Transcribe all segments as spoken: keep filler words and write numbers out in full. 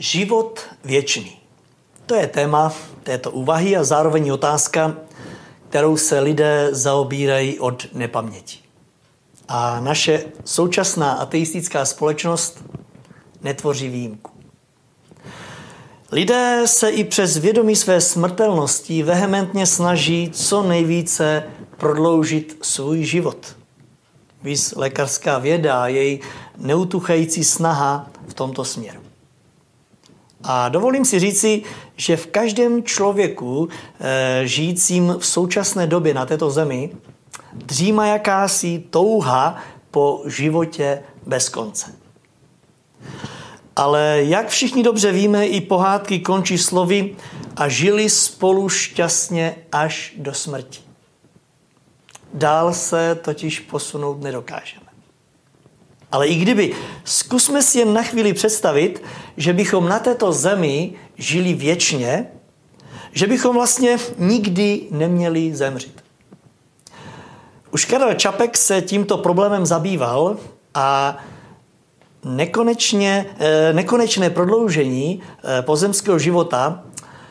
Život věčný. To je téma této úvahy a zároveň otázka, kterou se lidé zaobírají od nepaměti. A naše současná ateistická společnost netvoří výjimku. Lidé se i přes vědomí své smrtelnosti vehementně snaží co nejvíce prodloužit svůj život. Víc lékařská věda a její neutuchající snaha v tomto směru. A dovolím si říci, že v každém člověku e, žijícím v současné době na této zemi dřímá jakási touha po životě bez konce. Ale jak všichni dobře víme, i pohádky končí slovy a žili spolu šťastně až do smrti. Dál se totiž posunout nedokážeme. Ale i kdyby, zkusme si jen na chvíli představit, že bychom na této zemi žili věčně, že bychom vlastně nikdy neměli zemřít. Už Karel Čapek se tímto problémem zabýval a nekonečně, nekonečné prodloužení pozemského života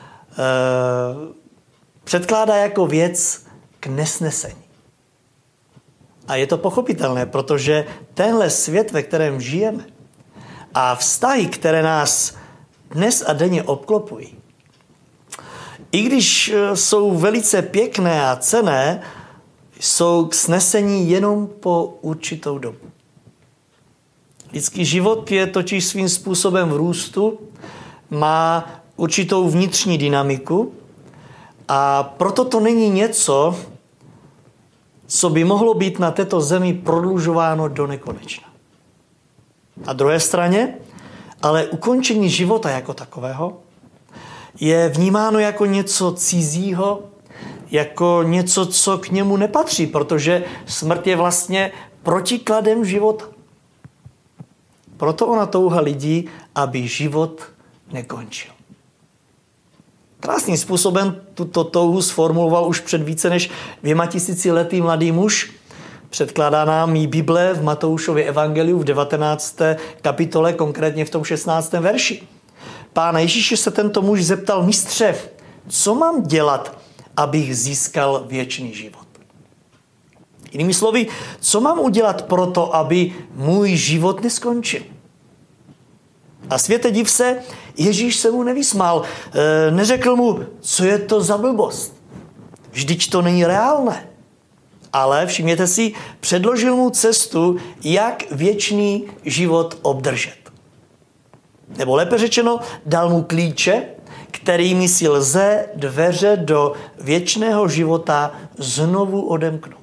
předkládá jako věc k nesnesení. A je to pochopitelné, protože tenhle svět, ve kterém žijeme, a vztahy, které nás dnes a denně obklopují, i když jsou velice pěkné a cenné, jsou k snesení jenom po určitou dobu. Lidský život je totiž svým způsobem v růstu, má určitou vnitřní dynamiku a proto to není něco, co by mohlo být na této zemi prodlužováno do nekonečna. Na druhé straně, ale ukončení života jako takového je vnímáno jako něco cizího, jako něco, co k němu nepatří, protože smrt je vlastně protikladem života. Proto ona touha lidí, aby život nekončil. Krásným způsobem tuto touhu sformuloval už před více než dvěma tisíci lety mladý muž. Předkládá nám jí Bible v Matoušově evangeliu v devatenácté kapitole, konkrétně v tom šestnáctém verši. Pána Ježíše se tento muž zeptal: mistře, co mám dělat, abych získal věčný život? Jinými slovy, co mám udělat pro to, aby můj život neskončil? A světe div se, Ježíš se mu nevysmál. E, neřekl mu, co je to za blbost. Vždyť to není reálné. Ale, všimněte si, předložil mu cestu, jak věčný život obdržet. Nebo lépe řečeno, dal mu klíče, kterými si lze dveře do věčného života znovu odemknout.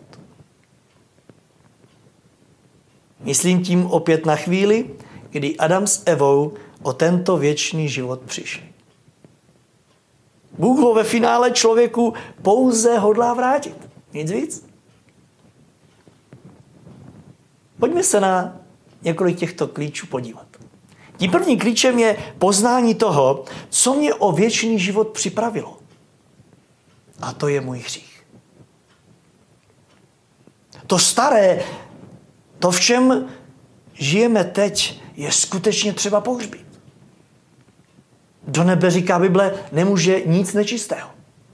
Myslím tím opět na chvíli, kdy Adam s Evou o tento věčný život přišli. Bůh ho ve finále člověku pouze hodlá vrátit. Nic víc. Pojďme se na několik těchto klíčů podívat. Tím prvním klíčem je poznání toho, co mě o věčný život připravilo. A to je můj hřích. To staré, to, v čem žijeme teď, je skutečně třeba pohřbít. Do nebe, říká Bible, nemůže nic nečistého.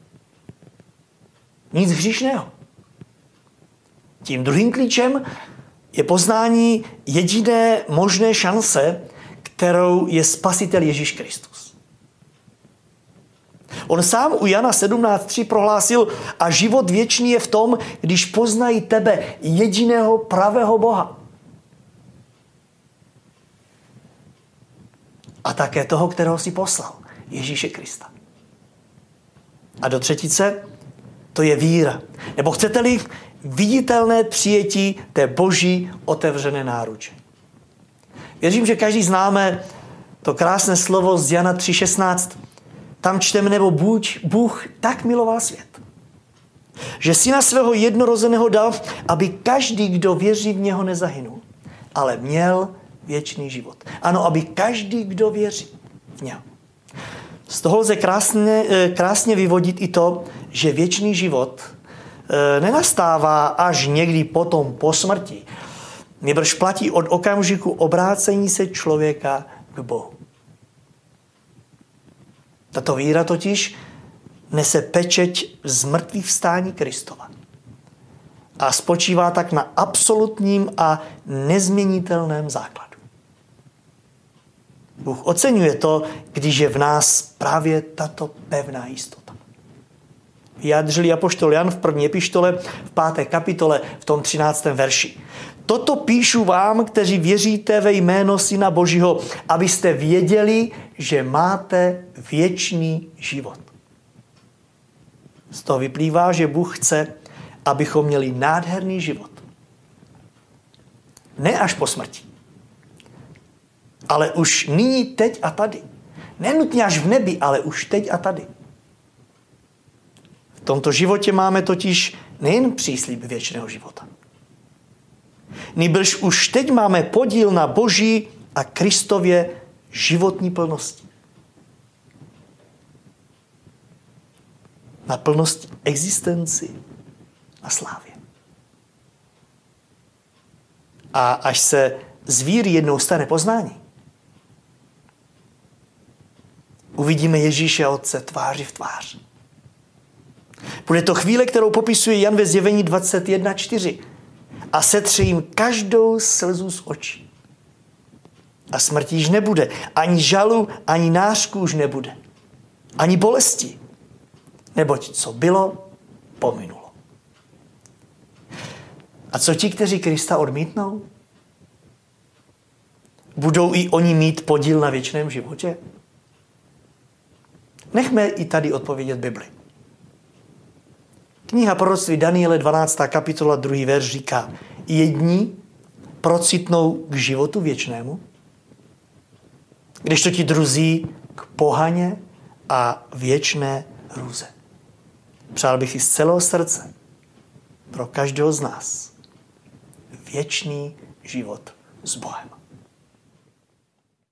Nic hříšného. Tím druhým klíčem je poznání jediné možné šance, kterou je Spasitel Ježíš Kristus. On sám u Jana sedmnáct tři prohlásil: a život věčný je v tom, když poznají tebe, jediného pravého Boha. A také toho, kterého si poslal, Ježíše Krista. A do třetice, to je víra. Nebo chcete-li, viditelné přijetí té boží otevřené náruče. Věřím, že každý známe to krásné slovo z Jana tři šestnáct. Tam čteme, nebo Bůh, Bůh tak miloval svět, že syna svého jednorozeného dal, aby každý, kdo věří v něho, nezahynul, ale měl věčný život. Ano, aby každý, kdo věří v něho. Z toho lze krásně, krásně vyvodit i to, že věčný život nenastává až někdy potom po smrti. Nýbrž platí od okamžiku obrácení se člověka k Bohu. Tato víra totiž nese pečeť z mrtvých vstání Kristova a spočívá tak na absolutním a nezměnitelném základu. Bůh oceňuje to, když je v nás právě tato pevná jistota. Vyjádřil apoštol Jan v první epištole, v páté kapitole, v tom třináctém verši. Toto píšu vám, kteří věříte ve jméno Syna Božího, abyste věděli, že máte věčný život. Z toho vyplývá, že Bůh chce, abychom měli nádherný život. Ne až po smrti, ale už nyní, teď a tady. Nenutně až v nebi, ale už teď a tady. V tomto životě máme totiž nejen příslib věčného života. Nýbrž už teď máme podíl na Boží a Kristově životní plnosti. Na plnosti existenci a slávě. A až se z víry jednou stane poznání, uvidíme Ježíše Otce tváři v tvář. Bude to chvíle, kterou popisuje Jan ve Zjevení dvacet jedna čtyři. A setře jim každou slzu z očí. A smrti již nebude. Ani žalu, ani nářku už nebude. Ani bolesti. Neboť co bylo, pominulo. A co ti, kteří Krista odmítnou? Budou i oni mít podíl na věčném životě? Nechme i tady odpovědět Bibli. Kniha proroctví Daniele dvanáctá kapitola druhý verš říká: jedni procitnou k životu věčnému, když to ti druzí k pohaně a věčné hrůze. Přál bych si z celého srdce pro každého z nás věčný život s Bohem.